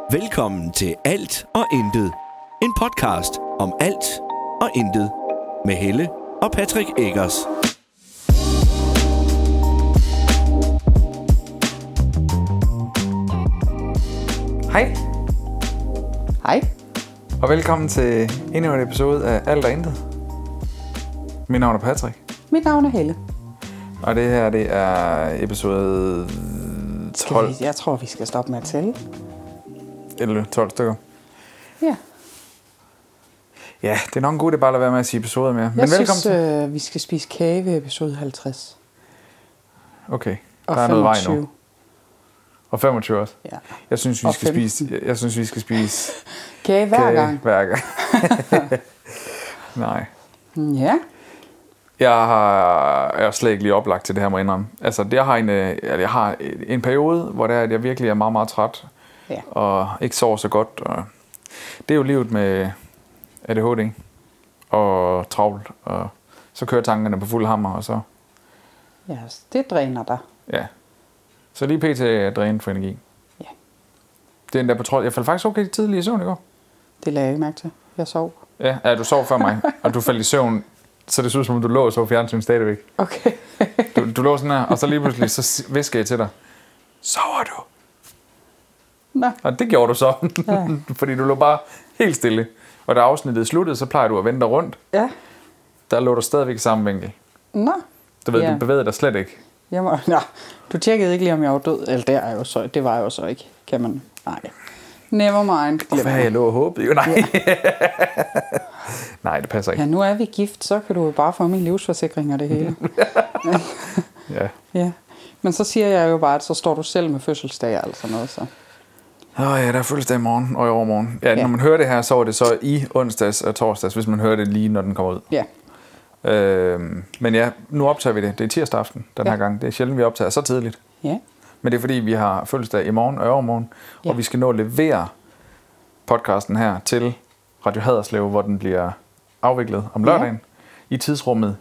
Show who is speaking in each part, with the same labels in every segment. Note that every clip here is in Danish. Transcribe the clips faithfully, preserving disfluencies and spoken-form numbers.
Speaker 1: Velkommen til Alt og Intet. En podcast om alt og intet. Med Helle og Patrick Eggers.
Speaker 2: Hej.
Speaker 3: Hej.
Speaker 2: Og velkommen til endnu en episode af Alt og Intet. Mit navn er Patrick.
Speaker 3: Mit navn er Helle.
Speaker 2: Og det her, det er episode tolv.
Speaker 3: Vi, jeg tror, vi skal stoppe med at tælle.
Speaker 2: Eller tolv stykker.
Speaker 3: Ja.
Speaker 2: Ja, det er nok en god idé bare at lade være med at sige episoder mere. Men
Speaker 3: jeg
Speaker 2: velkommen
Speaker 3: synes,
Speaker 2: til.
Speaker 3: øh, vi skal spise kage ved episode halvtreds.
Speaker 2: Okay,
Speaker 3: Og
Speaker 2: der er noget vej
Speaker 3: femogtyve.
Speaker 2: nu. Og femogtyve også.
Speaker 3: Ja.
Speaker 2: Jeg synes, vi
Speaker 3: Og
Speaker 2: skal
Speaker 3: femten.
Speaker 2: spise. Jeg synes, vi skal spise
Speaker 3: Kage hver
Speaker 2: kage
Speaker 3: gang.
Speaker 2: Hver gang. Nej.
Speaker 3: Ja.
Speaker 2: Jeg har jeg er slet ikke lige oplagt til det her, må jeg indrømme. Altså, jeg har en, øh, jeg har en periode, hvor det er, at jeg virkelig er meget, meget træt.
Speaker 3: Ja.
Speaker 2: Og ikke sover så godt. Og det er jo livet med A D H D og travlt. Og så kører tankerne på fuld hammer, og så,
Speaker 3: Ja, det dræner dig.
Speaker 2: ja. Så lige pt. Er drænet for energi.
Speaker 3: Ja.
Speaker 2: Det er endda på trods. Jeg faldt faktisk okay tidligt i søvn i går.
Speaker 3: Det lagde jeg ikke mærke til. Jeg sov.
Speaker 2: Ja, ja, du sov før mig, og du faldt i søvn. Så det så ud som om, du lå og så fjernsyn stadigvæk.
Speaker 3: Okay.
Speaker 2: Du, du lå sådan her, og så lige pludselig, så visker jeg til dig. Sover du?
Speaker 3: Nå.
Speaker 2: Og det gjorde du så.
Speaker 3: Ja.
Speaker 2: Fordi du lå bare helt stille. Og da afsnittet sluttede, så plejer du at vende dig rundt.
Speaker 3: Ja.
Speaker 2: Der lå du stadigvæk i samme vinkel.
Speaker 3: Nå.
Speaker 2: Du ved,
Speaker 3: Ja.
Speaker 2: du bevægede dig slet ikke.
Speaker 3: Jeg må, nå. Du tjekkede ikke lige, om jeg var død. Eller det er jo så, det var jeg jo så ikke. Kan man? Nej. Never mind.
Speaker 2: Og hvad har jeg lå og håbet? Jo, nej. Ja. Nej, det passer ikke.
Speaker 3: Ja, nu er vi gift, så kan du jo bare få min livsforsikring og det hele.
Speaker 2: Ja.
Speaker 3: Ja. Men så siger jeg jo bare, at så står du selv med fødselsdag og alt sådan noget. Så.
Speaker 2: Åh ja, der er fødselsdag i morgen og i overmorgen. Ja,
Speaker 3: Ja.
Speaker 2: når man hører det her, så er det så i onsdags og torsdags, hvis man hører det lige, når den kommer ud.
Speaker 3: Ja.
Speaker 2: Øhm, men ja, nu optager vi det. Det er tirsdag aften den
Speaker 3: Ja.
Speaker 2: her gang. Det er sjældent, vi optager så tidligt.
Speaker 3: Ja.
Speaker 2: Men det er fordi, vi har fødselsdag i morgen og i overmorgen,
Speaker 3: Ja.
Speaker 2: og vi skal nå at levere podcasten her til Radio Haderslev, hvor den bliver afviklet om lørdagen, ja. I tidsrummet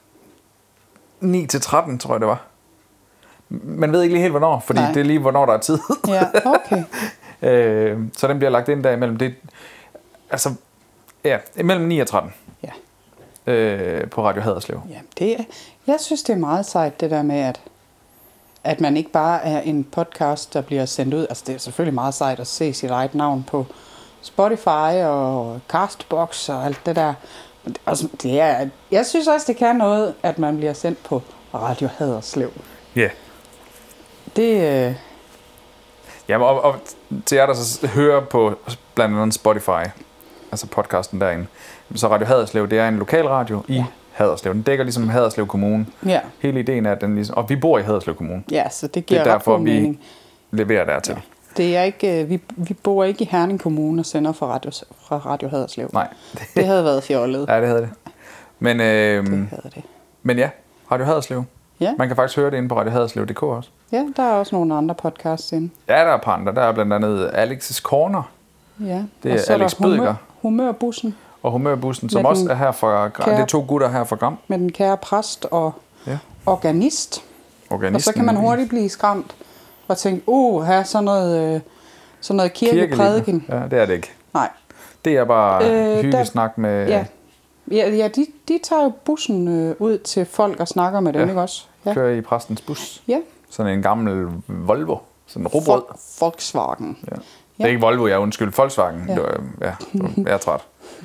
Speaker 2: ni til tretten, tror jeg det var. Man ved ikke lige helt, hvornår, fordi
Speaker 3: Nej.
Speaker 2: det er lige, hvornår der er tid.
Speaker 3: Ja, okay.
Speaker 2: øh, så den bliver lagt ind derimellem. Det, altså, ja, imellem ni og tretten
Speaker 3: Ja.
Speaker 2: øh, på Radio Haderslev.
Speaker 3: Ja, det er, jeg synes, det er meget sejt, det der med, at, at man ikke bare er en podcast, der bliver sendt ud. Altså, det er selvfølgelig meget sejt at se sit eget navn på Spotify og Castbox og alt det der. Men det, altså, det er, jeg synes også, det kan noget, at man bliver sendt på Radio Haderslev.
Speaker 2: Ja. Yeah.
Speaker 3: Det, øh,
Speaker 2: Ja, og, og til jer, der så hører på blandt andet Spotify, altså podcasten derinde, så Radio Haderslev, det er en lokal radio i
Speaker 3: Ja.
Speaker 2: Haderslev. Den dækker ligesom Haderslev Kommune.
Speaker 3: ja,
Speaker 2: Hele ideen er, at den ligesom, og vi bor i Haderslev Kommune.
Speaker 3: ja, så det
Speaker 2: Det
Speaker 3: giver
Speaker 2: er
Speaker 3: ret
Speaker 2: derfor,
Speaker 3: god
Speaker 2: vi
Speaker 3: mening.
Speaker 2: leverer dertil.
Speaker 3: Ja. Det er ikke, øh, vi, vi bor ikke i Herning Kommune og sender fra Radio, fra Radio Haderslev.
Speaker 2: Nej.
Speaker 3: Det havde været fjollet.
Speaker 2: Ja, det havde det. Men, øh,
Speaker 3: Det havde det.
Speaker 2: men ja, Radio Haderslev.
Speaker 3: Ja.
Speaker 2: Man kan faktisk høre det inde på radio haderslev punktum d k også.
Speaker 3: Ja, der er også nogle andre podcasts inde.
Speaker 2: Ja, der er et par andre. Der er blandt andet Alex's Corner
Speaker 3: Ja.
Speaker 2: Det er
Speaker 3: og så
Speaker 2: Alex
Speaker 3: der humør,
Speaker 2: Bødker.
Speaker 3: Humørbussen
Speaker 2: og Humørbussen, som
Speaker 3: Med
Speaker 2: også
Speaker 3: den
Speaker 2: er her fra Gram.
Speaker 3: kære-
Speaker 2: Det er to gutter her fra Gram.
Speaker 3: med den kære præst og
Speaker 2: Ja.
Speaker 3: organist.
Speaker 2: Organisten.
Speaker 3: Og så kan man hurtigt blive skræmt og tænke, uh, her er sådan noget, øh, sådan noget kirkeprædiken.
Speaker 2: Ja, det er det ikke.
Speaker 3: Nej.
Speaker 2: Det er bare
Speaker 3: Øh,
Speaker 2: øh, hyggelig
Speaker 3: der-
Speaker 2: snak med...
Speaker 3: Ja, ja, ja de, de tager jo bussen øh, ud til folk og snakker med dem,
Speaker 2: Ja.
Speaker 3: ikke også? Ja.
Speaker 2: Kører i præstens bus.
Speaker 3: Ja.
Speaker 2: Sådan en gammel Volvo. Sådan en robrød.
Speaker 3: Vol- Volkswagen.
Speaker 2: Ja. Det er ikke Volvo, jeg er undskyld. Volkswagen.
Speaker 3: Ja.
Speaker 2: Ja. Det var, ja, det var, jeg er træt.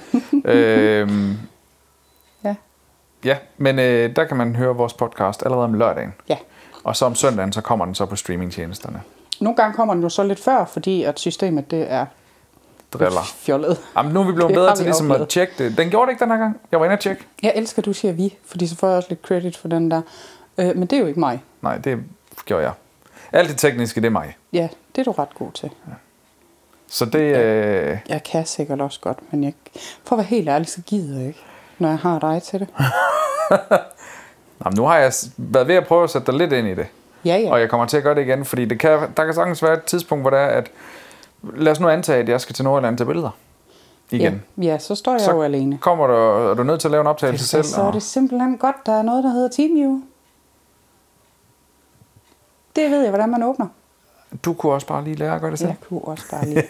Speaker 2: øhm,
Speaker 3: Ja.
Speaker 2: ja, men øh, der kan man høre vores podcast allerede om lørdagen.
Speaker 3: Ja.
Speaker 2: Og så om søndagen, så kommer den så på streamingtjenesterne.
Speaker 3: Nogle gange kommer den jo så lidt før, fordi at systemet det er
Speaker 2: Driller.
Speaker 3: fjollet.
Speaker 2: Jamen, nu er vi blevet
Speaker 3: Det
Speaker 2: bedre
Speaker 3: har
Speaker 2: til
Speaker 3: vi
Speaker 2: ligesom
Speaker 3: oplevet.
Speaker 2: at tjekke det. Den gjorde det ikke den her gang. Jeg var inde og tjekke.
Speaker 3: Jeg elsker, at du siger vi, fordi så får jeg også lidt credit for den der. Øh, men det er jo ikke mig.
Speaker 2: Nej, det gjorde jeg. Alt det tekniske, det er mig.
Speaker 3: Ja, det er du ret god til.
Speaker 2: Så det... Øh,
Speaker 3: Jeg kan sikkert også godt, men jeg, for at være helt ærlig, så gider jeg ikke, når jeg har dig til det.
Speaker 2: jamen, nu har jeg s- været ved at prøve at sætte dig lidt ind i det.
Speaker 3: Ja, ja.
Speaker 2: Og jeg kommer til at gøre det igen, fordi det kan, der kan sagtens være et tidspunkt, hvor det er, at... Lad os nu antage, at jeg skal til Nordjylland til billeder. Igen.
Speaker 3: Ja, ja, så står jeg
Speaker 2: Så
Speaker 3: jo alene.
Speaker 2: Kommer du, er du nødt til at lave en optagelse selv?
Speaker 3: Så er det simpelthen godt, der er noget, der hedder TeamViewer. Det ved jeg, hvordan man åbner.
Speaker 2: Du kunne også bare lige lære at gøre det selv?
Speaker 3: Jeg kunne også bare lige.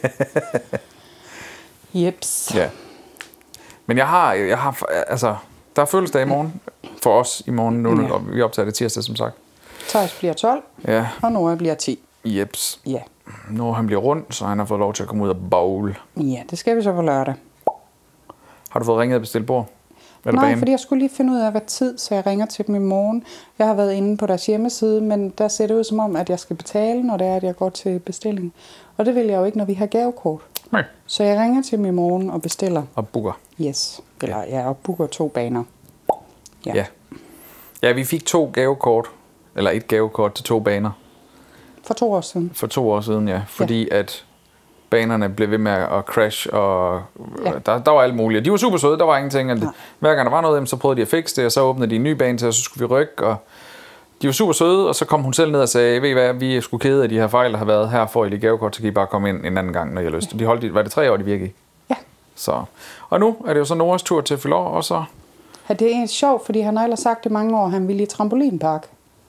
Speaker 3: Jeps.
Speaker 2: Ja. Men jeg har, jeg har, altså, der er fødselsdag i morgen. For os i morgen, nu,
Speaker 3: Ja.
Speaker 2: og vi optager det tirsdag, som sagt.
Speaker 3: Thijs bliver tolv,
Speaker 2: Ja.
Speaker 3: og Nora bliver ti.
Speaker 2: Jeps.
Speaker 3: Ja.
Speaker 2: Når han bliver rundt, så han har fået lov til at komme ud og bowl.
Speaker 3: Ja, det skal vi så på lørdag.
Speaker 2: Har du fået ringet og bestilt bord? Eller
Speaker 3: Nej,
Speaker 2: bane?
Speaker 3: fordi jeg skulle lige finde ud af, hvad tid, så jeg ringer til dem i morgen. Jeg har været inde på deres hjemmeside, men der ser det ud som om, at jeg skal betale, når det er, at jeg går til bestilling. Og det vil jeg jo ikke, når vi har gavekort.
Speaker 2: Nej.
Speaker 3: Så jeg ringer til dem i morgen og bestiller.
Speaker 2: Og booker.
Speaker 3: Yes. Eller ja, og booker to baner.
Speaker 2: Ja. ja. Ja, vi fik to gavekort. Eller et gavekort til to baner.
Speaker 3: For to år siden.
Speaker 2: For to år siden, ja. Fordi ja. at banerne blev ved med at crash, og ja. der, der var alt muligt. De var super søde, der var ingenting. Ja. Hver gang der var noget, så prøvede de at fikse det, og så åbnede de en ny bane til, og så skulle vi rykke, og de var super søde, og så kom hun selv ned og sagde, ved I hvad, vi er sgu kede af de her fejl, der har været her, får I lige gavekort, så kan I bare komme ind en anden gang, når I har lyst. De holdt, var det tre år, de virkede i?
Speaker 3: Ja.
Speaker 2: Så. Og nu er det jo så Noras tur til at fylde år, og så...
Speaker 3: Ja, det er egentlig sjovt, fordi han har ellers sagt i mange år, at han ville i trampolinpark.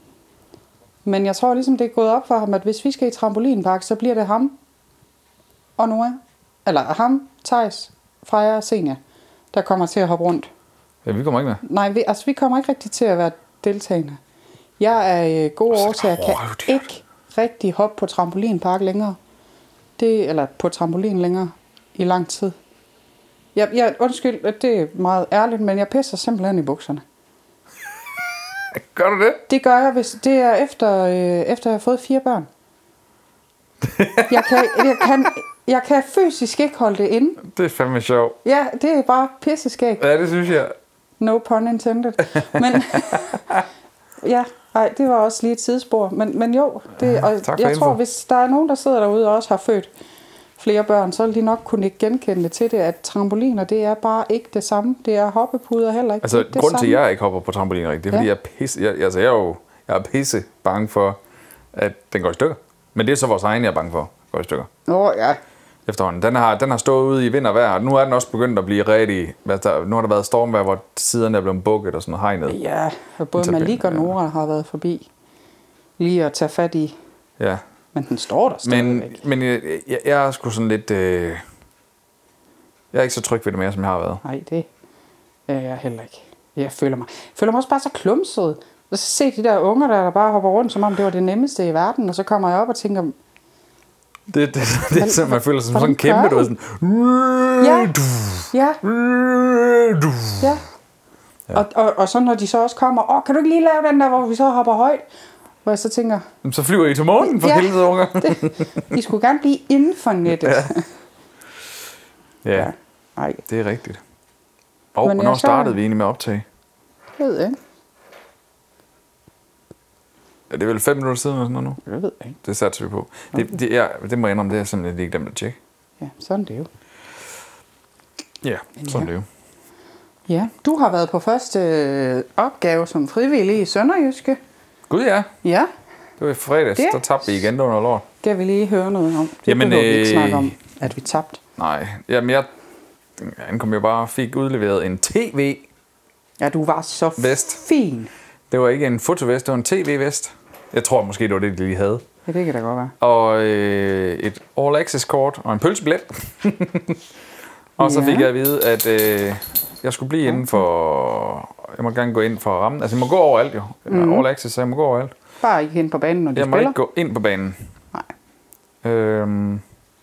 Speaker 3: Men jeg tror ligesom, det er gået op for ham, at hvis vi skal i trampolinpark, så bliver det ham og Nora. Eller ham, Thijs, Freja og Senior, der kommer til at hoppe rundt.
Speaker 2: Ja, vi kommer ikke med.
Speaker 3: Nej, vi, altså vi kommer ikke rigtig til at være deltagende. Jeg er øh, god årsager, kan ikke rigtig hoppe på trampolinpark længere. Det, eller på trampolin længere i lang tid. Jeg, jeg, undskyld, at det er meget ærligt, men jeg pisser simpelthen i bukserne.
Speaker 2: Gør du det?
Speaker 3: Det gør jeg, hvis det er efter, øh, efter jeg har fået fire børn. Jeg kan, jeg, kan, jeg kan fysisk ikke holde det inde.
Speaker 2: Det er fandme sjovt.
Speaker 3: Ja, det er bare pisseskægt.
Speaker 2: Ja, det synes jeg.
Speaker 3: No pun intended. Men ja, ej, det var også lige et sidespor. Men, men jo, det, og
Speaker 2: Tak for
Speaker 3: jeg
Speaker 2: info.
Speaker 3: tror, hvis der er nogen, der sidder derude og også har født flere børn, så vil de nok kunne ikke genkende det til det, at trampoliner, det er bare ikke det samme. Det er hoppepuder heller ikke.
Speaker 2: Altså,
Speaker 3: det er det
Speaker 2: grunden til, at
Speaker 3: samme.
Speaker 2: jeg ikke hopper på trampolin rigtigt, det er, fordi
Speaker 3: Ja.
Speaker 2: jeg er pisse... Jeg, altså, jeg er jo jeg er pisse bange for, at den går i stykker. Men det er så vores egen, jeg er bange for, går i stykker.
Speaker 3: Åh, ja.
Speaker 2: Efterhånden. Den har, den har stået ude i vind og vejr, og nu er den også begyndt at blive rigtig... hvad Der, nu har der været stormvejr, hvor siderne er blevet bukket og sådan noget hegnet.
Speaker 3: Ja, og både
Speaker 2: Tabellen,
Speaker 3: Malik og
Speaker 2: ja.
Speaker 3: Nora har været forbi lige at tage fat i.
Speaker 2: Ja.
Speaker 3: Men den står der
Speaker 2: Men,
Speaker 3: stadigvæk.
Speaker 2: men jeg, jeg, jeg er sgu sådan lidt... Øh, jeg er ikke så tryg ved det mere, som jeg har været.
Speaker 3: Nej, det er jeg heller ikke. Jeg føler mig, jeg føler mig også bare så klumset. Og så se de der unger, der, der bare hopper rundt, som om det var det nemmeste i verden. Og så kommer jeg op og tænker,
Speaker 2: Det, det, det, det er sådan, man føler sig som sådan en
Speaker 3: hvordan
Speaker 2: kæmpe, du
Speaker 3: gør
Speaker 2: ved sådan...
Speaker 3: ja, ja,
Speaker 2: Du.
Speaker 3: ja. Og, og, og så når de så også kommer, åh, kan du ikke lige lave den der, hvor vi så hopper højt? Hvor jeg så tænker,
Speaker 2: Så flyver I til månen for
Speaker 3: Ja.
Speaker 2: helvede, unger.
Speaker 3: det, I skulle gerne blive inden for nettet.
Speaker 2: Ja. Ja,
Speaker 3: Ja. Nej,
Speaker 2: det er rigtigt. Og
Speaker 3: Men
Speaker 2: hvornår
Speaker 3: jeg så-
Speaker 2: startede vi egentlig med at optage?
Speaker 3: jeg ved ikke.
Speaker 2: Er det vel fem minutter siden eller sådan noget nu?
Speaker 3: Jeg ved ikke.
Speaker 2: Det satser vi på. Det, det, ja, det må jeg indrømme, det er simpelthen lige glemt at tjekke.
Speaker 3: Ja, sådan er det jo.
Speaker 2: Ja, sådan
Speaker 3: Ja.
Speaker 2: det jo.
Speaker 3: Ja, du har været på første øh, opgave som frivillig i Sønderjyske.
Speaker 2: Gud ja,
Speaker 3: Ja,
Speaker 2: det var i fredags,
Speaker 3: Det-
Speaker 2: der tabte vi igen under lort.
Speaker 3: det vil vi lige høre noget om. Det
Speaker 2: Jamen,
Speaker 3: behøver vi ikke
Speaker 2: øh,
Speaker 3: snakke om, at vi tabte.
Speaker 2: Nej, jamen jeg han kom jo bare og fik udleveret en tv.
Speaker 3: Ja, du var så
Speaker 2: Vest.
Speaker 3: fin.
Speaker 2: Det var ikke en fotovest, det var en tv-vest. Jeg tror måske, det var det, de lige havde.
Speaker 3: Ja, det kan da godt være.
Speaker 2: Og øh, et all access kort og en pølsebillet. Og så
Speaker 3: Ja.
Speaker 2: fik jeg at vide, at øh, jeg skulle blive inden for... Jeg må gerne gå ind for rammen. Altså, jeg må gå overalt jo. Mm. All access, så jeg må gå overalt.
Speaker 3: Bare ikke hen på banen, når de
Speaker 2: Jeg må
Speaker 3: spiller.
Speaker 2: ikke gå ind på banen.
Speaker 3: Nej.
Speaker 2: Øhm,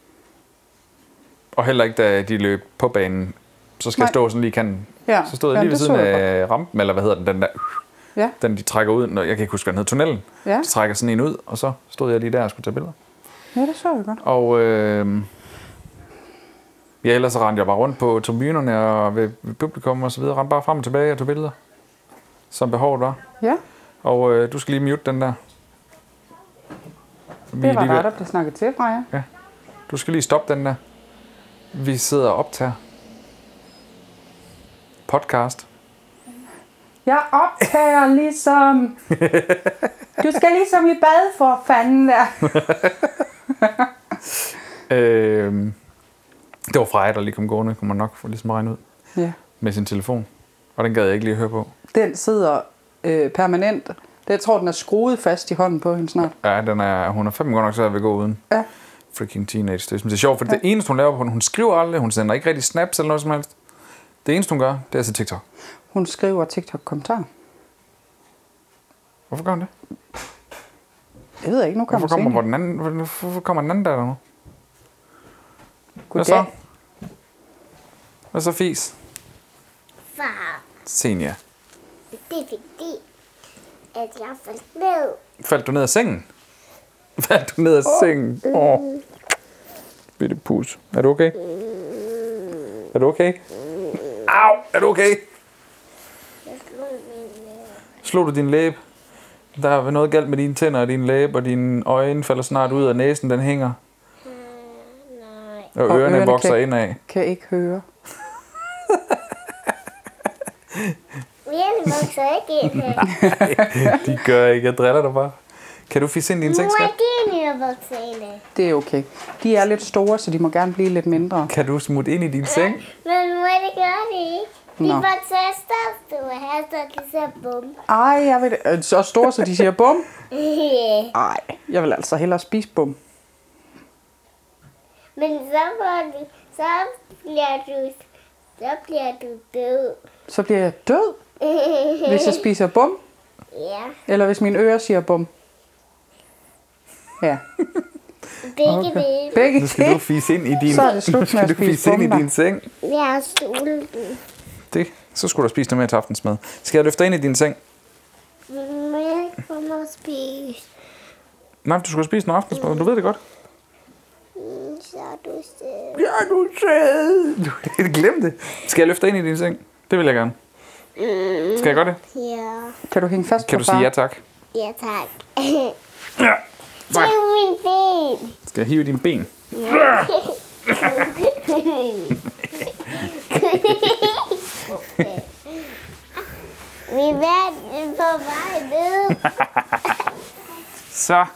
Speaker 2: og heller ikke, da de løb på banen. Så skal
Speaker 3: Nej.
Speaker 2: jeg stå sådan lige i kanten.
Speaker 3: Ja.
Speaker 2: Så stod jeg lige
Speaker 3: Jamen,
Speaker 2: ved
Speaker 3: det
Speaker 2: siden
Speaker 3: så jeg
Speaker 2: af rampen, eller hvad hedder den, den der...
Speaker 3: Ja.
Speaker 2: Den, de trækker ud, når, jeg kan ikke huske, hvad den hedder, tunnelen.
Speaker 3: Ja.
Speaker 2: De trækker sådan en ud, og så stod jeg lige der og skulle tage billeder.
Speaker 3: Ja, det så jeg godt.
Speaker 2: Og øh, ja, ellers så rendte jeg bare rundt på tribunerne og ved, ved publikum og så videre. Rendte bare frem og tilbage og tog billeder, som behovet var.
Speaker 3: Ja,
Speaker 2: Og øh, du skal lige mute den der. Vi er
Speaker 3: det var
Speaker 2: lige ved-
Speaker 3: dig, der blev snakket til fra jer.
Speaker 2: Du skal lige stoppe den der. Vi sidder og optager podcast.
Speaker 3: Jeg optager ligesom... Du skal ligesom i bad for fanden der.
Speaker 2: Øh, det var Freja, der lige kom gående, kunne man nok få ligesom regne ud,
Speaker 3: Ja.
Speaker 2: med sin telefon. Og den gad jeg ikke lige høre på.
Speaker 3: Den sidder øh, permanent Det, jeg tror, den er skruet fast i hånden på hende snart.
Speaker 2: Ja, den er, hun er fem godt nok, så jeg vil gå uden.
Speaker 3: Ja.
Speaker 2: Freaking teenage. Det er, det er sjovt, for ja. Det eneste, hun laver på den, hun skriver aldrig, hun sender ikke rigtig snaps eller noget som helst. Det eneste, hun gør, det er at se TikTok.
Speaker 3: Hun skriver TikTok-kommentarer.
Speaker 2: Hvorfor gør hun det?
Speaker 3: Jeg ved ikke, nu kommer
Speaker 2: Hvorfor kommer, hvor den anden, hvorfor kommer den anden der, der nu? Hvad så? Hvad så, Fis?
Speaker 4: Far,
Speaker 2: Senja.
Speaker 4: det er fordi, at jeg faldt ned.
Speaker 2: Faldt du ned af sengen? Faldt du ned af sengen? Åh. Oh. Bitte pus. Er du okay? Er du okay? Au! Er du okay?
Speaker 4: Jeg slog min læbe.
Speaker 2: Slog du din læbe? Der er noget galt med dine tænder og din læbe, og dine øjne falder snart ud af næsen, den hænger.
Speaker 4: Uh, nej.
Speaker 2: Og,
Speaker 3: Og
Speaker 2: ørerne,
Speaker 3: ørerne
Speaker 2: vokser
Speaker 3: kan-
Speaker 2: indad.
Speaker 3: Kan ikke høre.
Speaker 4: Ørerne vokser ikke ind her.
Speaker 2: De gør ikke. Jeg driller dig bare. Kan du fisse ind i din seng,
Speaker 4: Nu er
Speaker 2: skat?
Speaker 4: dine ører vokset ind her.
Speaker 3: Det er okay. De er lidt store, så de må gerne blive lidt mindre.
Speaker 2: Kan du smutte ind i din seng?
Speaker 4: Men mor, det gør det ikke. De
Speaker 3: Nå.
Speaker 4: vokser af stofstue her, så de ser bum.
Speaker 3: Ej, jeg vil øh, så store, så de siger bum.
Speaker 4: Yeah.
Speaker 3: Ej, jeg vil altså hellere spise bum.
Speaker 4: Men så, får du, så bliver du, så bliver du død.
Speaker 3: Så bliver jeg død, hvis jeg spiser bum.
Speaker 4: Ja,
Speaker 3: Eller hvis mine ører siger bum. Ja.
Speaker 4: begge
Speaker 3: Okay.
Speaker 4: dele.
Speaker 3: Begge
Speaker 2: Nu skal du fisse ind i din,
Speaker 3: Så er det slut
Speaker 2: nu
Speaker 3: med
Speaker 2: skal
Speaker 3: at
Speaker 2: du
Speaker 3: spise
Speaker 2: fisse ind i
Speaker 3: bomber.
Speaker 2: din seng.
Speaker 4: Jeg er sulten.
Speaker 2: Det. Så skulle du spise noget mere til aftensmad. Skal jeg løfte dig ind i din seng?
Speaker 4: Må jeg ikke komme og spise?
Speaker 2: Nej, du skulle spise noget aftensmad. Du ved det godt.
Speaker 4: Mm, Så er du sød.
Speaker 2: Ja, du sagde. Du helt glemt det. Skal jeg løfte dig ind i din seng? Det vil jeg gerne. Skal jeg gøre det?
Speaker 4: Ja.
Speaker 3: Kan du hænge fast
Speaker 2: Kan
Speaker 3: på
Speaker 2: du sige ja tak?
Speaker 4: Ja, tak.
Speaker 2: Ja.
Speaker 4: Det er min ben.
Speaker 2: Skal jeg hive dine ben?
Speaker 4: Min vand er på vej ned.
Speaker 2: Så.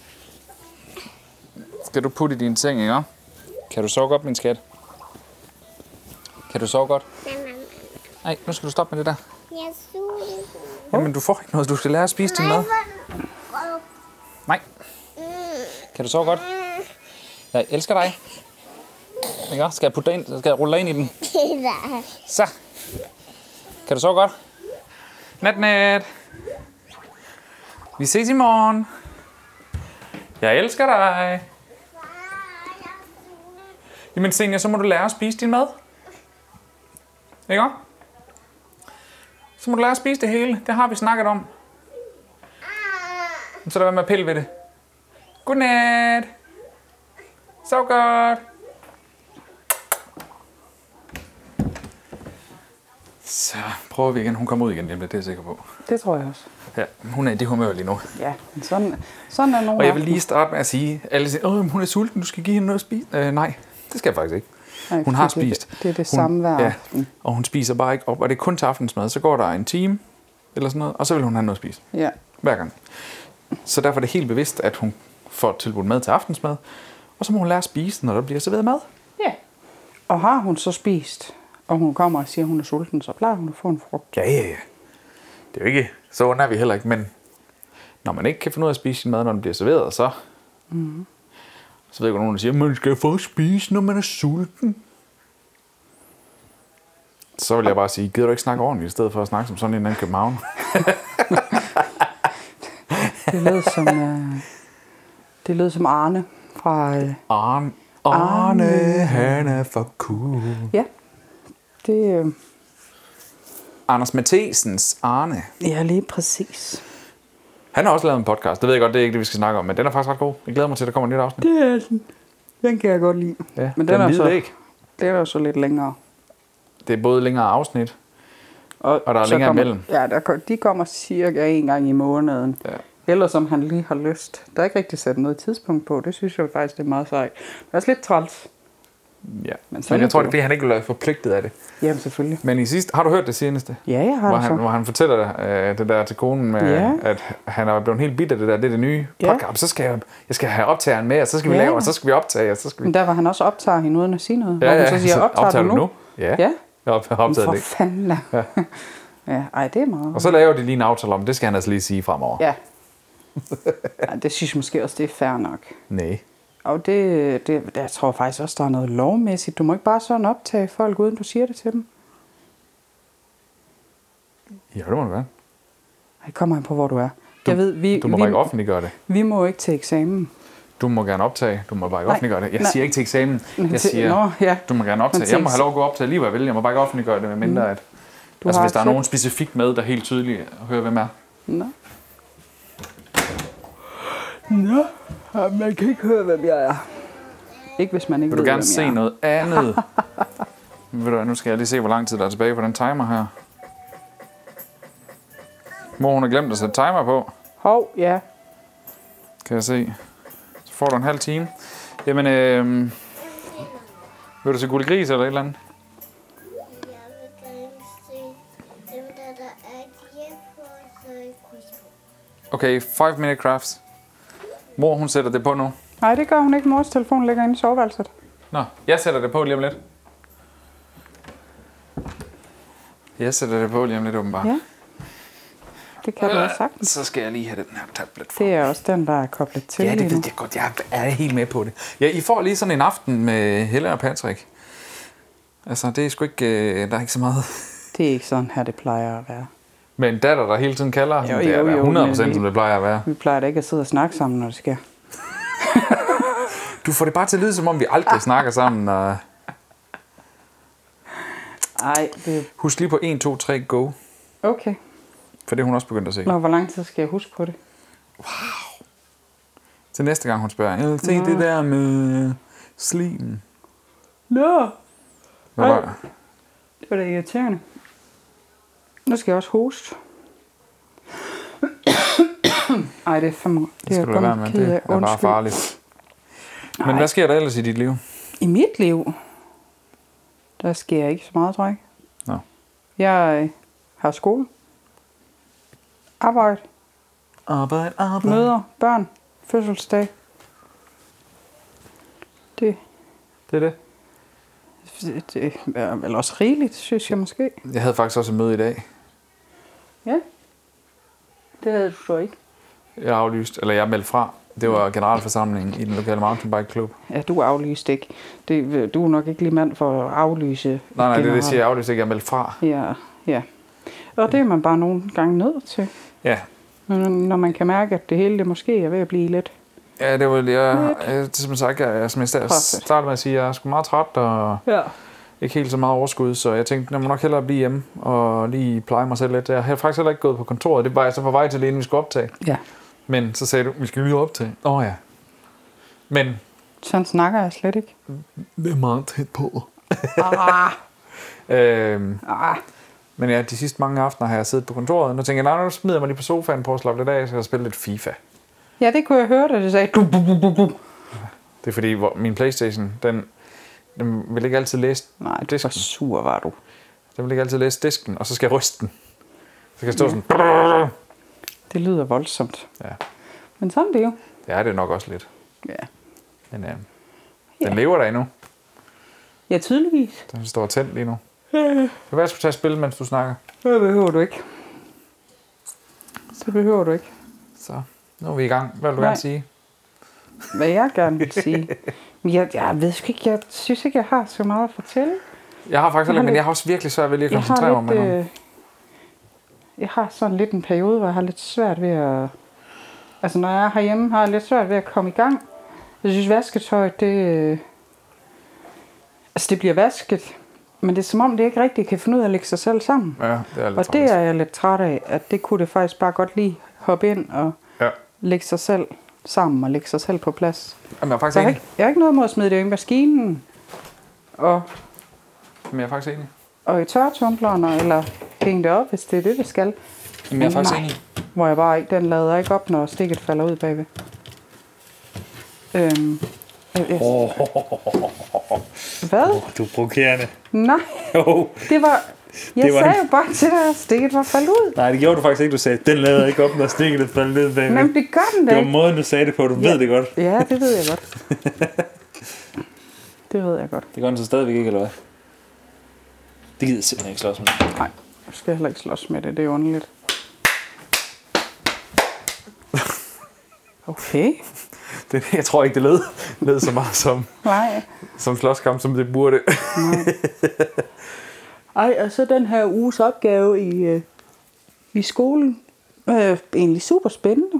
Speaker 2: Skal du putte i din seng, ikke? Kan du sove godt, min skat? Kan du sove godt? Nej, nu skal du stoppe med det der.
Speaker 4: Jeg er sulten.
Speaker 2: Jamen, du får ikke noget. Du skal lære at spise din mad. Nej. Kan du sove godt? Jeg elsker dig. Ikke? Skal jeg putte dig ind? Skal jeg rulle dig ind i den?
Speaker 4: Nej.
Speaker 2: Så. Kan du sove godt? Nat, nat. Vi ses i morgen. Jeg elsker dig. Jamen, Senja, så må du lære at spise din mad. Ikke? Så må du lære at spise det hele. Det har vi snakket om. Så lad være med at pille ved det. Godnat. Sov godt. Så prøver vi igen. Hun kommer ud igen, det er jeg sikker på.
Speaker 3: Det tror jeg også.
Speaker 2: Ja, hun er i det humør lige nu.
Speaker 3: Ja, men sådan, sådan er nogle
Speaker 2: Og jeg vil
Speaker 3: aftener.
Speaker 2: lige starte med at sige, alle siger, åh, hun er sulten, du skal give hende noget at spise. Øh, nej, det skal jeg faktisk ikke.
Speaker 3: Nej,
Speaker 2: Hun har
Speaker 3: fordi
Speaker 2: spist.
Speaker 3: Det, det er det
Speaker 2: Hun-
Speaker 3: samme hver
Speaker 2: ja,
Speaker 3: aften.
Speaker 2: og hun spiser bare ikke op, og det er kun til aftensmad. Så går der en time, eller sådan noget, og så vil hun have noget at spise.
Speaker 3: Ja.
Speaker 2: Hver gang. Så derfor er det helt bevidst, at hun får tilbudt mad til aftensmad, og så må hun lære at spise, når der bliver serveret mad.
Speaker 3: Ja. Og har hun så spist, og hun kommer og siger, at hun er sulten, så plejer hun at få en frugt.
Speaker 2: Ja, ja, ja. Det er jo ikke, så under er vi heller ikke, men når man ikke kan finde ud af at spise sin mad, når den bliver serveret, så... Mm-hmm. Så ved jeg godt, nogen der siger, man skal få spise, når man er sulten. Så vil jeg bare sige, gider du ikke snakke ordentligt, i stedet for at snakke som sådan en anden København?
Speaker 3: Det lød som, øh, det lød som Arne fra... Øh,
Speaker 2: Arne, Arne, han er for cool.
Speaker 3: ja, det... Øh,
Speaker 2: Anders Mathesens Arne.
Speaker 3: ja, lige præcis.
Speaker 2: Han har også lavet en podcast. Det ved jeg godt, det er ikke det, vi skal snakke om, men den er faktisk ret god. Jeg glæder mig til, at der kommer et nyt afsnit.
Speaker 3: Det er den. Den kan jeg godt lide.
Speaker 2: Ja,
Speaker 3: Men
Speaker 2: den
Speaker 3: den er
Speaker 2: hvide
Speaker 3: så,
Speaker 2: væg.
Speaker 3: det er jo så lidt længere.
Speaker 2: Det er både længere afsnit, og der er
Speaker 3: så
Speaker 2: længere
Speaker 3: kommer,
Speaker 2: imellem.
Speaker 3: Ja, der, kom- de kommer cirka en gang i måneden.
Speaker 2: Ja.
Speaker 3: Eller som han lige har lyst. Der er ikke rigtig sat noget tidspunkt på. Det synes jeg faktisk, det er meget sejt. Det er også lidt træls.
Speaker 2: Ja. Men,
Speaker 3: Men sådan
Speaker 2: men jeg
Speaker 3: er
Speaker 2: tror,
Speaker 3: det
Speaker 2: det er, fordi han ikke vil være forpligtet af det.
Speaker 3: Jamen selvfølgelig.
Speaker 2: Men i sidste, har du hørt det seneste?
Speaker 3: Ja, jeg har
Speaker 2: Hvor
Speaker 3: det
Speaker 2: han,
Speaker 3: så.
Speaker 2: hvor han fortæller øh, det der til konen med,
Speaker 3: Ja.
Speaker 2: at han er blevet helt bidt af det der, det er det nye
Speaker 3: Ja.
Speaker 2: podcast. Så skal jeg, jeg skal have optageren med, og så skal vi
Speaker 3: Ja.
Speaker 2: lave, og så skal vi optage, og så skal vi...
Speaker 3: Men der var han også optager hende uden at sige noget.
Speaker 2: Ja,
Speaker 3: hvor hun
Speaker 2: ja,
Speaker 3: så siger, optager, du nu?
Speaker 2: Ja,
Speaker 3: Ja.
Speaker 2: jeg har optaget
Speaker 3: For
Speaker 2: det.
Speaker 3: fanden da. Ja, ej, det er meget.
Speaker 2: Og så laver de lige en aftale om, det skal han altså lige sige fremover.
Speaker 3: Ja. Ja, det synes jeg måske også, det er fair nok.
Speaker 2: Nej.
Speaker 3: Og det, det, jeg tror faktisk også, der er noget lovmæssigt. Du må ikke bare sådan optage folk, uden du siger det til dem.
Speaker 2: Ja, det må du være.
Speaker 3: Det kommer an på, hvor du er.
Speaker 2: Du,
Speaker 3: jeg ved, vi,
Speaker 2: du må
Speaker 3: vi,
Speaker 2: bare ikke offentliggøre det.
Speaker 3: Vi må ikke til eksamen.
Speaker 2: Du må gerne optage, du må bare ikke
Speaker 3: Nej,
Speaker 2: offentliggøre det. Jeg
Speaker 3: nej.
Speaker 2: siger ikke til eksamen, jeg
Speaker 3: Til-
Speaker 2: siger,
Speaker 3: Nå, ja.
Speaker 2: du må gerne optage.
Speaker 3: Men
Speaker 2: Jeg må
Speaker 3: til-
Speaker 2: have lov at gå optage lige, hvad jeg vil. Jeg må bare ikke offentliggøre det, med mindre at...
Speaker 3: Du
Speaker 2: Altså
Speaker 3: har
Speaker 2: hvis der er
Speaker 3: selv-
Speaker 2: nogen specifikt med, der er helt tydeligt at høre, hvem er.
Speaker 3: Nå. Nå, ja, man kan ikke høre, hvem jeg er. Ikke hvis man ikke
Speaker 2: Vil du
Speaker 3: ved,
Speaker 2: gerne
Speaker 3: hvem
Speaker 2: se
Speaker 3: jeg er.
Speaker 2: noget andet? Ved du hvad, nu skal jeg lige se, hvor lang tid der er tilbage på den timer her. Mor, hun har glemt at sætte timer på.
Speaker 3: Hov, ja.
Speaker 2: Kan jeg se. Så får du en halv time. Jamen, øh, vil du se Guld Gris eller et eller andet?
Speaker 4: Jeg vil gerne se dem, der, der er hjemme på, så jeg kunne på.
Speaker 2: Okay, five minute crafts. Mor, hun sætter det på nu.
Speaker 3: Nej, det gør hun ikke. Mors telefon ligger inde i soveværelset.
Speaker 2: Nå, jeg sætter det på lige om lidt. Jeg sætter det på lige om lidt, åbenbart.
Speaker 3: Ja. Det kan du også sagtens.
Speaker 2: Så skal jeg lige have den her tablet for.
Speaker 3: Det er også den, der er koblet til
Speaker 2: Ja, det
Speaker 3: lige nu.
Speaker 2: ved jeg godt. Jeg er helt med på det. Ja, I får lige sådan en aften med Helle og Patrick. Altså, det er sgu ikke... øh, Der er ikke så meget...
Speaker 3: Det er ikke sådan her, det plejer at være.
Speaker 2: Med en datter, der hele tiden kalder.
Speaker 3: Jo,
Speaker 2: det er
Speaker 3: jo,
Speaker 2: da
Speaker 3: jo,
Speaker 2: hundrede procent,
Speaker 3: men
Speaker 2: som det plejer at være.
Speaker 3: Vi plejer da ikke at sidde og snakke sammen, når det sker.
Speaker 2: Du får det bare til at lyde, som om vi aldrig snakker sammen. Og...
Speaker 3: Ej, det...
Speaker 2: Husk lige på en, to, tre, go.
Speaker 3: Okay.
Speaker 2: For det er hun også begyndt at se.
Speaker 3: Nå, hvor lang tid skal jeg huske på det?
Speaker 2: Til næste gang, hun spørger. Jeg vil se det der med slimen.
Speaker 3: Nå.
Speaker 2: Hvad
Speaker 3: Ej.
Speaker 2: var det?
Speaker 3: Det var da irriterende. Nu skal jeg også hoste. Ej, det er for mig.
Speaker 2: Det skal du lade være med. Det er bare farligt. Men
Speaker 3: Ej.
Speaker 2: hvad sker der ellers i dit liv?
Speaker 3: I mit liv, der sker ikke så meget, tror jeg.
Speaker 2: Nå.
Speaker 3: Jeg øh, har skole. Arbejde.
Speaker 2: Arbejde, arbejde.
Speaker 3: Møder. Børn. Fødselsdag. Det,
Speaker 2: Det er det.
Speaker 3: det er vel også rigeligt, synes jeg måske.
Speaker 2: Jeg havde faktisk også et møde i dag.
Speaker 3: Ja. Det havde du så ikke.
Speaker 2: Jeg er aflyst, eller jeg er meldt fra. Det var generalforsamlingen i den lokale mountainbike-klub.
Speaker 3: Ja, du er aflyst ikke. Det, du er nok ikke lige mand for at aflyse.
Speaker 2: Nej, nej, det er det,
Speaker 3: generelt.
Speaker 2: siger jeg aflyst ikke. Jeg er meldt fra.
Speaker 3: Ja, ja. Og det er man bare nogle gange nødt til.
Speaker 2: Ja.
Speaker 3: Når man kan mærke, at det hele det måske er ved at blive lidt.
Speaker 2: Ja, det var jeg, jeg, som sagt, jeg, som jeg sta-
Speaker 3: Perfect.
Speaker 2: startede med at sige, jeg er sgu meget træt og
Speaker 3: Ja.
Speaker 2: ikke helt så meget overskud, så jeg tænkte, jeg må nok hellere blive hjemme og lige pleje mig selv lidt. Jeg har faktisk heller ikke gået på kontoret, det var jeg så på vej til lige inden vi skulle optage.
Speaker 3: Ja.
Speaker 2: Men så sagde du, vi skal lige optage. Åh oh, ja. Men
Speaker 3: Sådan snakker jeg slet ikke.
Speaker 2: det er meget tæt på.
Speaker 3: Ah,
Speaker 2: øhm,
Speaker 3: ah.
Speaker 2: men ja, de sidste mange aftener har jeg siddet på kontoret, og nu tænker jeg, nej, nu smider jeg mig lige på sofaen på at slappe lidt af, så jeg spille lidt FIFA.
Speaker 3: Ja, det kunne jeg høre, da det sagde. Du, bu, bu, bu, bu.
Speaker 2: Det er fordi, hvor min Playstation, den, den vil ikke altid læse
Speaker 3: Nej, det
Speaker 2: disken.
Speaker 3: var sur, var du.
Speaker 2: Den vil ikke altid læse disken, og så skal jeg ryste den. Så kan jeg stå sådan...
Speaker 3: Det lyder voldsomt.
Speaker 2: Ja,
Speaker 3: Men sådan det er jo.
Speaker 2: det er det nok også lidt.
Speaker 3: Ja.
Speaker 2: Men øh,
Speaker 3: Ja.
Speaker 2: den lever der endnu.
Speaker 3: Ja, tydeligvis.
Speaker 2: Den står tændt lige nu. Det kan være, jeg skulle tage spil, mens du snakker.
Speaker 3: Det behøver du ikke. Det behøver du ikke.
Speaker 2: Så nu er vi i gang. Hvad vil du
Speaker 3: Nej.
Speaker 2: gerne sige?
Speaker 3: Hvad jeg gerne vil sige. Men jeg, jeg ved sgu ikke, jeg synes ikke, jeg har så meget at fortælle.
Speaker 2: Jeg har faktisk
Speaker 3: Jeg har
Speaker 2: heller, men
Speaker 3: lidt-
Speaker 2: jeg har også virkelig svært ved lige at
Speaker 3: Jeg
Speaker 2: koncentrere
Speaker 3: har
Speaker 2: mig med
Speaker 3: lidt,
Speaker 2: noget.
Speaker 3: øh, jeg har sådan lidt en periode, hvor jeg har lidt svært ved at... Altså, når jeg er herhjemme, har jeg lidt svært ved at komme i gang. Jeg synes, vasketøjet, det... øh, Altså, det bliver vasket. Men det er som om, det ikke rigtig kan finde ud af at lægge sig selv sammen.
Speaker 2: Ja, det er lidt
Speaker 3: Og det er jeg lidt træt af, at det kunne det faktisk bare godt lige hoppe ind og
Speaker 2: Ja.
Speaker 3: lægge sig selv sammen og lægge sig selv på plads.
Speaker 2: Jamen, jeg er faktisk
Speaker 3: Så jeg har,
Speaker 2: enig.
Speaker 3: ikke, jeg har ikke noget mod at smide det i maskinen og,
Speaker 2: Men jeg er faktisk enig.
Speaker 3: og i tørretumbleren, eller hænge det op, hvis det er det, det skal.
Speaker 2: Men jeg er faktisk
Speaker 3: Nej,
Speaker 2: enig.
Speaker 3: hvor jeg bare ikke, den lader ikke op, når stikket falder ud bagved. Øhm, jeg, jeg, hvad?
Speaker 5: Du er provokerende.
Speaker 3: Nej,
Speaker 5: Jo.
Speaker 3: det var... Jeg
Speaker 5: Det var
Speaker 3: sagde
Speaker 5: en-
Speaker 3: jo bare til dig, at stikket var faldet ud.
Speaker 5: Nej, det gjorde du faktisk ikke. Du sagde, den lader ikke op, når stikket er faldet ned bagved.
Speaker 3: Men det gør den da
Speaker 5: Det var
Speaker 3: ikke.
Speaker 5: måden, du sagde det på. Du
Speaker 3: Ja.
Speaker 5: ved det godt.
Speaker 3: Ja, det ved jeg godt. Det ved jeg godt.
Speaker 5: Det gør den så stadigvæk ikke, eller hvad? Det gider jeg simpelthen ikke slås med.
Speaker 3: Nej. Jeg skal heller ikke slås med det, det er underligt. Okay.
Speaker 2: Det, jeg tror ikke, det lød, lød så meget som,
Speaker 3: Nej.
Speaker 2: som slåskamp, som det burde.
Speaker 3: Ej, og så den her uges opgave i, øh, i skolen. Øh, egentlig super spændende.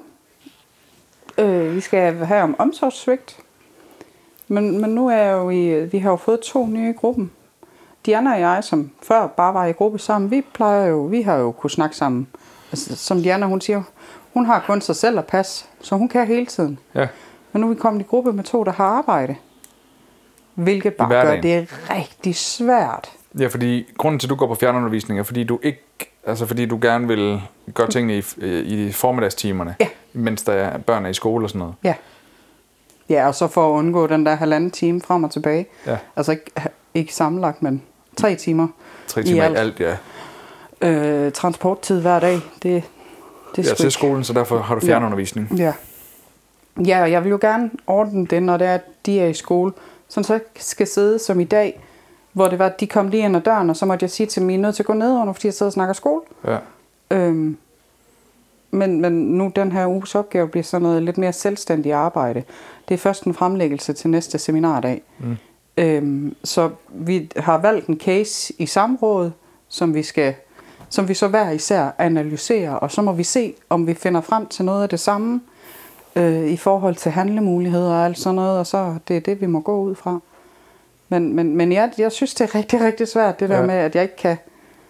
Speaker 3: Øh, vi skal have om omsorgssvigt. Men, men nu er jeg jo i, vi har jo fået to nye i gruppen. Diana og jeg, som før bare var i gruppe sammen, vi plejer jo, vi har jo kunne snakke sammen. Altså, som Diana, hun siger, hun har kun sig selv at passe, så hun kan hele tiden.
Speaker 2: Ja.
Speaker 3: Men nu er vi kommet i gruppe med to, der har arbejde. Hvilket bare gør det rigtig svært.
Speaker 2: Ja, fordi grunden til, at du går på fjernundervisning, er fordi du ikke, altså fordi du gerne vil gøre tingene i, i formiddagstimerne,
Speaker 3: ja.
Speaker 2: Mens der er børn er i skole og sådan noget.
Speaker 3: Ja. Ja, og så for at undgå den der halvanden time frem og tilbage.
Speaker 2: Ja.
Speaker 3: Altså ikke, ikke sammenlagt, men tre timer.
Speaker 2: Tre timer i alt, i alt ja.
Speaker 3: Øh, transporttid hver dag, det, det er
Speaker 2: ja, til skolen, så derfor har du fjernundervisning.
Speaker 3: Ja. Ja, og jeg vil jo gerne ordne det, når det er, at de er i skole. Sådan så jeg skal sidde som i dag, hvor det var, at de kom lige ind ad døren, og så måtte jeg sige til dem, I er nødt til at gå ned under, fordi jeg sidder og snakker skole.
Speaker 2: Ja.
Speaker 3: Øhm, men, men nu den her uges opgave bliver sådan noget lidt mere selvstændigt arbejde. Det er først en fremlæggelse til næste seminardag. Mm. Øhm, så vi har valgt en case i samråd, som vi skal, som vi så hver især analyserer, og så må vi se, om vi finder frem til noget af det samme øh, i forhold til handlemuligheder og alt sådan noget, og så det er det, vi må gå ud fra. Men, men, men jeg, jeg synes, det er rigtig, rigtig svært, det der ja. med, at jeg ikke kan...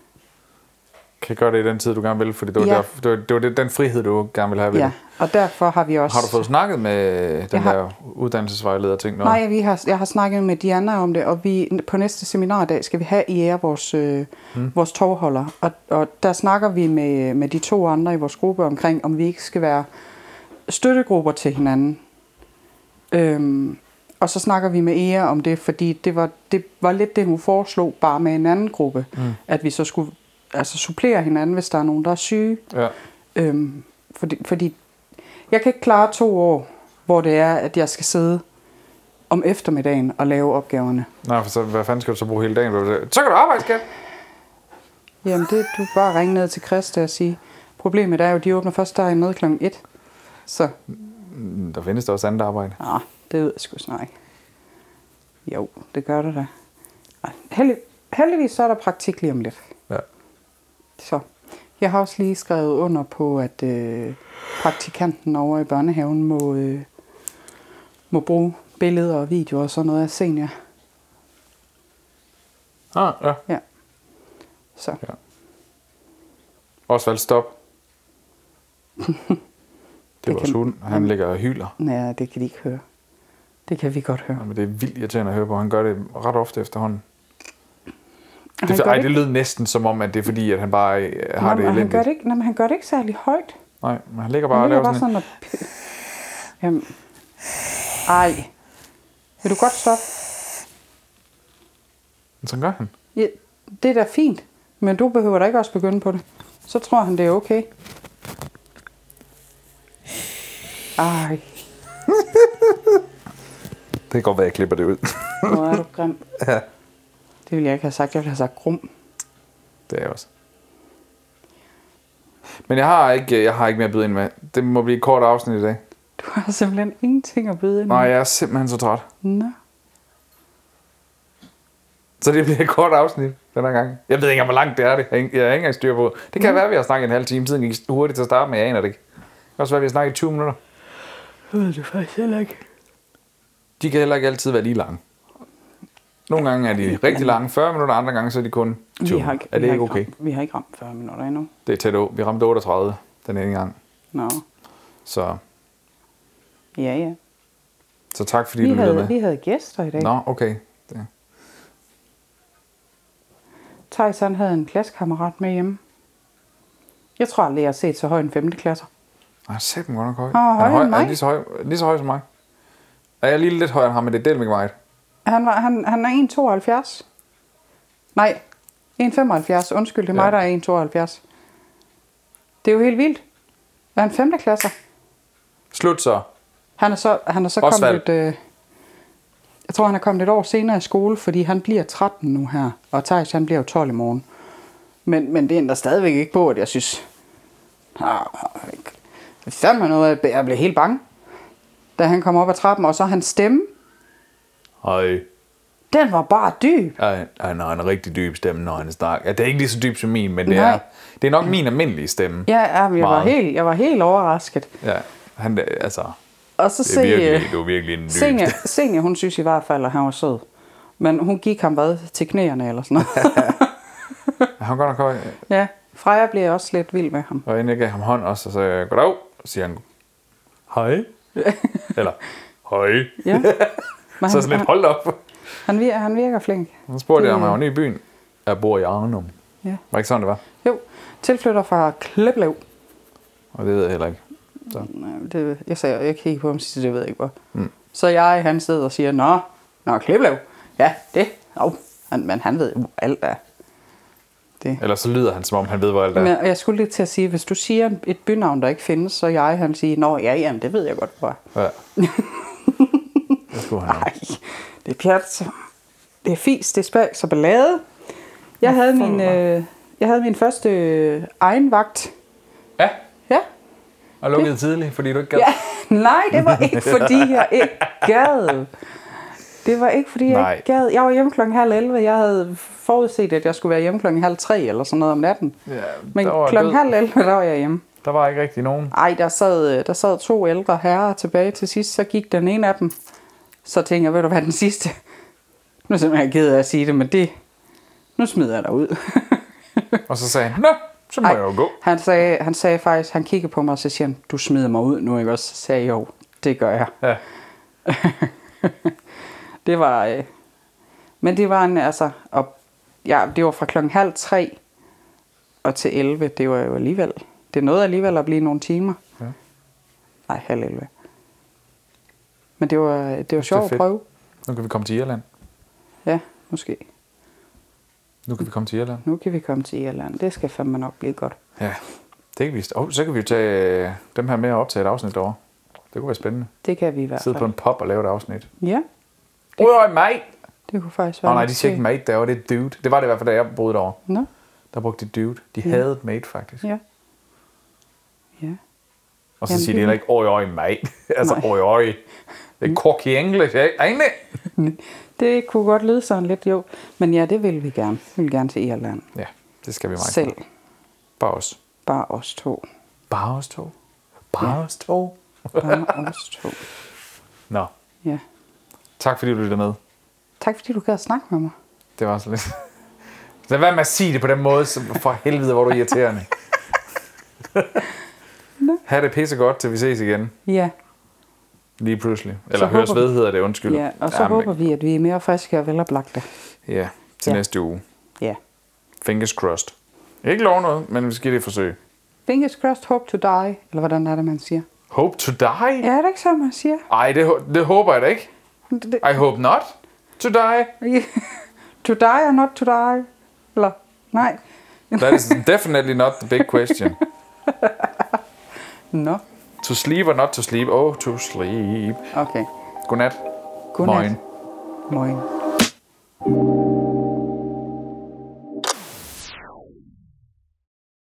Speaker 2: Kan gøre det i den tid, du gerne vil, fordi det var, ja. der, det var, det var det, den frihed, du gerne vil have ved
Speaker 3: ja.
Speaker 2: det.
Speaker 3: Og derfor har vi også...
Speaker 2: Har du fået snakket med den
Speaker 3: har...
Speaker 2: der uddannelsesvejleder ting?
Speaker 3: Nej, vi har, jeg har snakket med Diana om det, og vi på næste seminardag skal vi have I R, vores, øh, hmm. vores tovholder. Og, og der snakker vi med, med de to andre i vores gruppe omkring, om vi ikke skal være støttegrupper til hinanden. Øhm, og så snakker vi med Ea om det, fordi det var, det var lidt det, hun foreslog, bare med en anden gruppe. Mm. At vi så skulle altså, supplere hinanden, hvis der er nogen, der er syge. Ja. Øhm, fordi, fordi jeg kan ikke klare to år, hvor det er, at jeg skal sidde om eftermiddagen og lave opgaverne.
Speaker 2: Nej, for så, hvad fanden skal du så bruge hele dagen? Så kan du arbejde, skat!
Speaker 3: Jamen, det du bare ringe ned til Christa og sige, problemet er jo, at de åbner først der i med klokken et. Så.
Speaker 2: Der findes der også andet arbejde.
Speaker 3: Ja, det ved jeg sgu snart ikke. Jo, det gør det da. Heldig, heldigvis så er der praktik lige om lidt.
Speaker 2: Ja.
Speaker 3: Så. Jeg har også lige skrevet under på, at øh, praktikanten over i børnehaven må, øh, må bruge billeder og videoer og sådan noget af senior.
Speaker 2: Ah, ja.
Speaker 3: Ja. Så.
Speaker 2: Ja. Osvald, stop. Det, det var Suden. Han ligger og hyler.
Speaker 3: Nej, det kan de ikke høre. Det kan vi godt høre.
Speaker 2: Ja, men det er vildt irriterende at høre på. Han gør det ret ofte efterhånden. Det,
Speaker 3: det,
Speaker 2: ej, det lød næsten som om, at det er fordi, at han bare øh, har
Speaker 3: nej,
Speaker 2: det elendigt.
Speaker 3: Han gør det ikke, nej, men han gør det ikke særlig højt.
Speaker 2: Nej, men han ligger bare
Speaker 3: han
Speaker 2: og
Speaker 3: ligger
Speaker 2: laver
Speaker 3: bare
Speaker 2: sådan,
Speaker 3: sådan et... Jamen. Ej. Vil du godt stoppe?
Speaker 2: Men sådan gør han.
Speaker 3: Ja, det er da fint, men du behøver da ikke også begynde på det. Så tror han, det er okay. Ej.
Speaker 2: Det kan godt være, jeg klipper det ud.
Speaker 3: Hvor er du grim.
Speaker 2: Ja.
Speaker 3: Det ville jeg ikke have sagt. Jeg ville have sagt grum.
Speaker 2: Det er jeg også. Men jeg har ikke, jeg har ikke mere at byde ind med. Det må blive et kort afsnit i dag.
Speaker 3: Du har simpelthen ingenting at byde ind med.
Speaker 2: Nej, jeg er simpelthen så træt.
Speaker 3: Nå.
Speaker 2: Så det bliver et kort afsnit den her gang. Jeg ved ikke, hvor langt det er det. Jeg har ikke engang styr på. Det kan mm. være, at vi har snakket en halv time. Tiden gik hurtigt til at starte med. Jeg aner det ikke. Det kan også være, at vi har snakket i tyve minutter.
Speaker 3: Det ved det faktisk heller ikke.
Speaker 2: De kan heller ikke altid være lige lange. Nogle gange er de rigtig lange, fyrre minutter, andre gange så er de kun tyve.
Speaker 3: Vi har ikke,
Speaker 2: er det
Speaker 3: vi
Speaker 2: ikke
Speaker 3: har
Speaker 2: okay?
Speaker 3: Ramt, vi har ikke ramt fyrre minutter endnu.
Speaker 2: Det er tæt på. Vi ramte otteogtredive den ene gang.
Speaker 3: Nå.
Speaker 2: Så.
Speaker 3: Ja, ja.
Speaker 2: Så tak fordi
Speaker 3: vi
Speaker 2: du
Speaker 3: havde,
Speaker 2: lyttede med.
Speaker 3: Vi havde gæster i dag.
Speaker 2: Nå, okay. Det.
Speaker 3: Thijs, han havde en klassekammerat med hjemme. Jeg tror aldrig, jeg har set så høj en femte klasser.
Speaker 2: Nej, sæt dem godt nok høj.
Speaker 3: Han er højere
Speaker 2: høj,
Speaker 3: end mig.
Speaker 2: Er lige så høj, lige så høj som mig. Er jeg lige lidt højere end ham, men det er delt med mig.
Speaker 3: Han, var, han, han er en komma tooghalvfjerds. Nej, en komma femoghalvfjerds. Undskyld, det er ja. mig, der er en komma tooghalvfjerds. Det er jo helt vildt. Hvad er en femte klasser?
Speaker 2: Slut så.
Speaker 3: Han er så, han er så kommet et... Øh, jeg tror, han er kommet et år senere i skole, fordi han bliver tretten nu her. Og Thijs, han bliver jo tolv i morgen. Men, men det ændrer stadigvæk ikke på, at jeg synes... Ah, det fandt mig noget, at jeg blev helt bange, da han kom op ad trappen, og så hans stemme,
Speaker 2: Hej.
Speaker 3: den var bare dyb.
Speaker 2: Ja, han har en rigtig dyb stemme, når han snakker. Ja, det er ikke lige så dyb som min, men det
Speaker 3: Nej.
Speaker 2: er, det er nok min almindelige stemme.
Speaker 3: Ja, ja jeg, var
Speaker 2: Meget.
Speaker 3: helt, jeg var helt overrasket.
Speaker 2: Ja, han, altså,
Speaker 3: Og så
Speaker 2: det er
Speaker 3: se,
Speaker 2: virkelig, det er virkelig en dyb
Speaker 3: Senior,
Speaker 2: stemme.
Speaker 3: Senior, hun synes i hvert fald, at han var sød. Men hun gik ham hvad, til knæerne eller sådan noget.
Speaker 2: Han går nok høj.
Speaker 3: Ja, Freja bliver også lidt vild med ham.
Speaker 2: Og inden jeg gav ham hånd også, så sagde jeg, goddag, så siger han, hej. Eller, hej.
Speaker 3: Ja. Men
Speaker 2: Så
Speaker 3: han,
Speaker 2: sådan lidt,
Speaker 3: han,
Speaker 2: hold op.
Speaker 3: han, virker, han virker flink.
Speaker 2: Så spurgte
Speaker 3: Det-
Speaker 2: jeg, om jeg var ny i byen. Jeg bor i Arnum.
Speaker 3: Ja.
Speaker 2: Var ikke sådan, det var?
Speaker 3: Jo, tilflytter fra Kliplev.
Speaker 2: Og det ved jeg heller ikke. Så.
Speaker 3: Nej, det, jeg sagde, jeg kiggede på ham sidst, det ved jeg ikke hvor.
Speaker 2: Mm.
Speaker 3: Så jeg, han sidder og siger, nå, nå, Kliplev. Ja, det. Oh, han, men han ved jo alt af det.
Speaker 2: Eller så lyder han, som om han ved, hvor alt er.
Speaker 3: Men jeg skulle lige til at sige, hvis du siger et bynavn, der ikke findes, så jeg, han siger, nå, ja, jamen, det ved jeg godt, hvor.
Speaker 2: Ja. Det skulle han
Speaker 3: Nej, det er pjat. Det er fis, det er spas og ballade. Jeg havde min, øh, jeg havde min første øh, egen vagt.
Speaker 2: Ja,
Speaker 3: Ja.
Speaker 2: og lukkede tidligt, fordi du ikke gad.
Speaker 3: Ja, nej, det var ikke fordi jeg ikke gad. Det var ikke fordi jeg
Speaker 2: Nej.
Speaker 3: ikke gad. Jeg var hjemme klokken halv elleve. Jeg havde forudset, at jeg skulle være hjemme klokken halv tre eller sådan noget om natten.
Speaker 2: Ja,
Speaker 3: Men
Speaker 2: der var
Speaker 3: klokken
Speaker 2: død.
Speaker 3: halv elleve, der var jeg hjemme.
Speaker 2: Der var ikke rigtig nogen.
Speaker 3: Ej, der sad, der sad to ældre herrer tilbage til sidst. Så gik den ene af dem. Så tænkte jeg, ved du hvad, den sidste. Nu er jeg simpelthen ked af at sige det, men det... Nu smider jeg dig ud.
Speaker 2: Og så sagde han, nå, så må
Speaker 3: Ej,
Speaker 2: jeg jo gå.
Speaker 3: Han sagde, han sagde faktisk, han kiggede på mig, og så siger han, du smider mig ud nu, ikke også? Så sagde jeg, jo, det gør jeg.
Speaker 2: Ja.
Speaker 3: Det var, øh, men det var en, altså, og, ja, det var fra klokken halv tre og til elleve, det var jo alligevel, det nåede alligevel at blive nogle timer.
Speaker 2: Ja.
Speaker 3: Nej, halv elleve. Men det var, det var sjovt at
Speaker 2: fedt.
Speaker 3: prøve.
Speaker 2: Nu kan vi komme til Irland.
Speaker 3: Ja, måske.
Speaker 2: Nu kan vi komme til Irland.
Speaker 3: Nu kan vi komme til Irland. Det skal fandme nok blive godt.
Speaker 2: Ja, det kan vi. Oh, så kan vi jo tage øh, dem her med og optage et afsnit derovre. Det kunne være spændende.
Speaker 3: Det kan vi i hvert
Speaker 2: Sidde på
Speaker 3: fald.
Speaker 2: en pub og lave et afsnit.
Speaker 3: Ja,
Speaker 2: Åh, oh, mate!
Speaker 3: det kunne faktisk
Speaker 2: Åh
Speaker 3: være.
Speaker 2: oh, nej,
Speaker 3: lidt
Speaker 2: de siger ikke
Speaker 3: skægt.
Speaker 2: mate derovre, det er dude. Det var det i hvert fald, da jeg boede derovre.
Speaker 3: Nå,
Speaker 2: Der brugte de dude. De
Speaker 3: Ja.
Speaker 2: havde mate, faktisk.
Speaker 3: ja. Ja.
Speaker 2: Og så
Speaker 3: Jamen,
Speaker 2: siger
Speaker 3: det-
Speaker 2: de heller ikke, oi, oi, mate. altså,
Speaker 3: Nej.
Speaker 2: oi, oi. Det er cocky English, ikke? Ain't it?
Speaker 3: Det kunne godt lyde sådan lidt, jo. Men ja, det vil vi gerne. Vi vil gerne til Irland.
Speaker 2: Ja, det skal vi meget.
Speaker 3: Selv.
Speaker 2: Bare os.
Speaker 3: Bare os to.
Speaker 2: Bare os to. Bare os to.
Speaker 3: Bare os to.
Speaker 2: Nå,
Speaker 3: Ja.
Speaker 2: tak fordi du lyttede med.
Speaker 3: Tak fordi du gad at snakke med mig.
Speaker 2: Det var så lidt. Lad være med at sige det på den måde, så for helvede, hvor du er irriterende. Ha' det pisse godt, til vi ses igen.
Speaker 3: Ja.
Speaker 2: Lige pludselig. Eller
Speaker 3: håber
Speaker 2: høres
Speaker 3: vi-
Speaker 2: ved, hedder det, undskyld.
Speaker 3: Ja, og så
Speaker 2: Jamen,
Speaker 3: håber vi, at vi er mere friske og veloplagte.
Speaker 2: Ja, til
Speaker 3: Ja.
Speaker 2: næste uge.
Speaker 3: Ja.
Speaker 2: Fingers crossed. Ikke lov noget, men vi skal lige forsøge.
Speaker 3: Fingers crossed, hope to die. Eller hvordan er det, man siger?
Speaker 2: Hope to die?
Speaker 3: Ja, er det ikke så, man siger?
Speaker 2: Ej, det, hå- det håber jeg da ikke.
Speaker 3: Det,
Speaker 2: I hope not to die.
Speaker 3: to die or not to die? Eller, nej.
Speaker 2: That is definitely not the big question.
Speaker 3: Nå,
Speaker 2: To sleep or not to sleep? Oh, to sleep.
Speaker 3: okay.
Speaker 2: Godnat.
Speaker 3: Godnat.
Speaker 2: Moin.
Speaker 3: Moin.